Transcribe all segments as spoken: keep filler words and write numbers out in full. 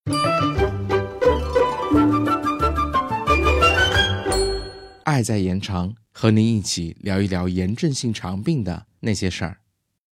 爱在延长，和您一起聊一聊炎症性肠病的那些事儿。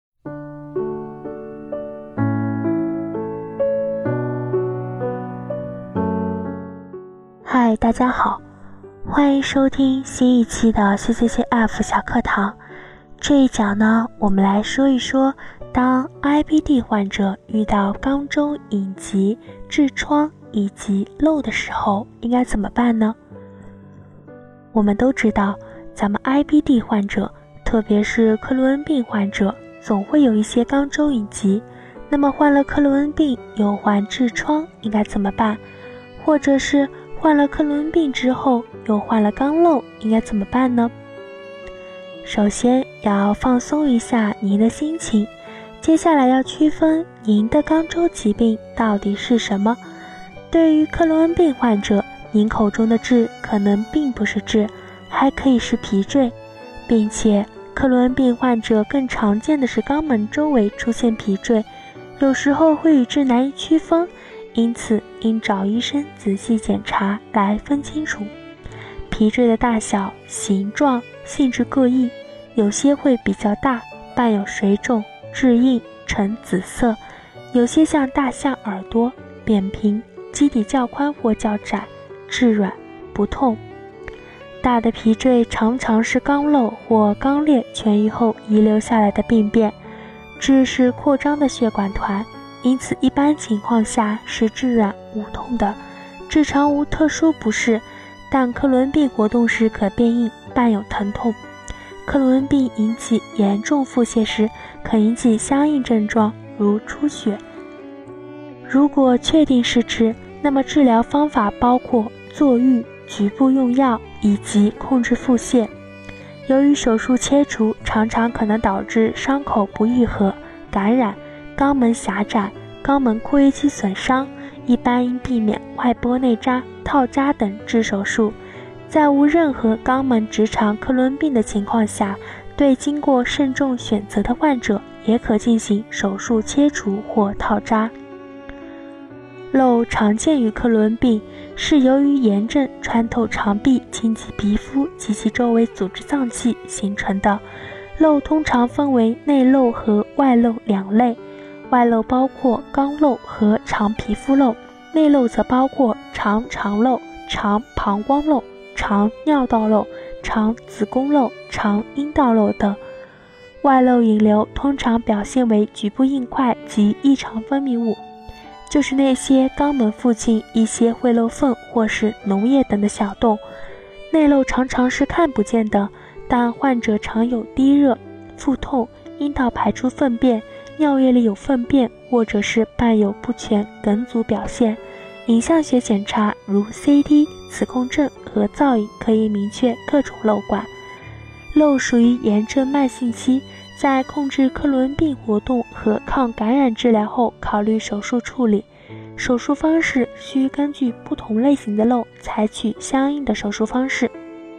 嗨，大家好，欢迎收听新一期的 C C C F 小课堂。这一讲呢，我们来说一说，当 I B D 患者遇到肛周隐疾、痔疮以及瘘的时候，应该怎么办呢？我们都知道，咱们 I B D 患者，特别是克罗恩病患者，总会有一些肛周隐疾。那么患了克罗恩病又患痔疮，应该怎么办？或者是患了克罗恩病之后又患了肛瘘，应该怎么办呢？首先要放松一下您的心情，接下来要区分您的肛周疾病到底是什么。对于克罗恩病患者，您口中的痔可能并不是痔，还可以是皮赘，并且克罗恩病患者更常见的是肛门周围出现皮赘，有时候会与痔难以区分，因此应找医生仔细检查来分清楚。皮赘的大小、形状、性质各异，有些会比较大，伴有水肿、质硬、呈紫色，有些像大象耳朵，扁平，基底较宽或较窄，质软不痛。大的皮赘常常是肛瘘或肛裂痊愈后遗留下来的病变。痔是扩张的血管团，因此一般情况下是质软无痛的，痔常无特殊不适，但克罗恩病活动时可变硬，伴有疼痛。克罗恩病引起严重腹泻时，可引起相应症状如出血。如果确定是痔，那么治疗方法包括坐浴、局部用药以及控制腹泻。由于手术切除常常可能导致伤口不愈合、感染、肛门狭窄、肛门括约肌损伤，一般应避免外拨内扎、套扎等痔手术。在无任何肛门直肠克罗恩病的情况下，对经过慎重选择的患者也可进行手术切除或套扎。瘘常见于克罗恩病，是由于炎症穿透肠壁侵及皮肤及其周围组织脏器形成的。瘘通常分为内瘘和外瘘两类，外瘘包括肛瘘和肠皮肤瘘，内瘘则包括肠肠瘘、肠膀胱瘘、肠尿道瘘、肠子宫瘘、肠阴道瘘等。外瘘引流通常表现为局部硬块及异常分泌物，就是那些肛门附近一些会漏粪或是脓液等的小洞。内瘘常常是看不见的，但患者常有低热、腹痛、阴道排出粪便、尿液里有粪便，或者是伴有不全梗阻表现。影像学检查如 C T、磁共振和造影可以明确各种瘘管。瘘属于炎症慢性期，在控制克罗恩病活动和抗感染治疗后考虑手术处理。手术方式需根据不同类型的瘘采取相应的手术方式。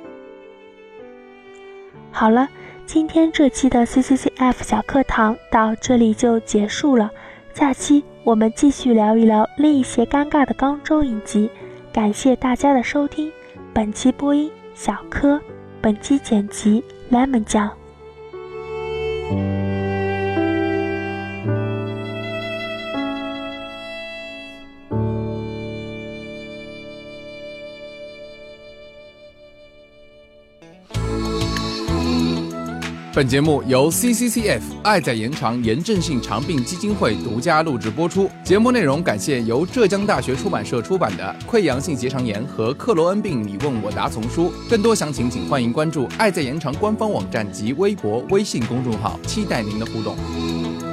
好了，今天这期的 C C C F 小课堂到这里就结束了，下期我们继续聊一聊另一些尴尬的肛周隐疾。感谢大家的收听，本期播音小柯，本期剪辑 Lemon 酱。 本节目由 C C C F 爱在延长炎症性肠病基金会独家录制播出。节目内容感谢由浙江大学出版社出版的《溃疡性结肠炎和克罗恩病你问我答》丛书。更多详情请欢迎关注爱在延长官方网站及微博、微信公众号，期待您的互动。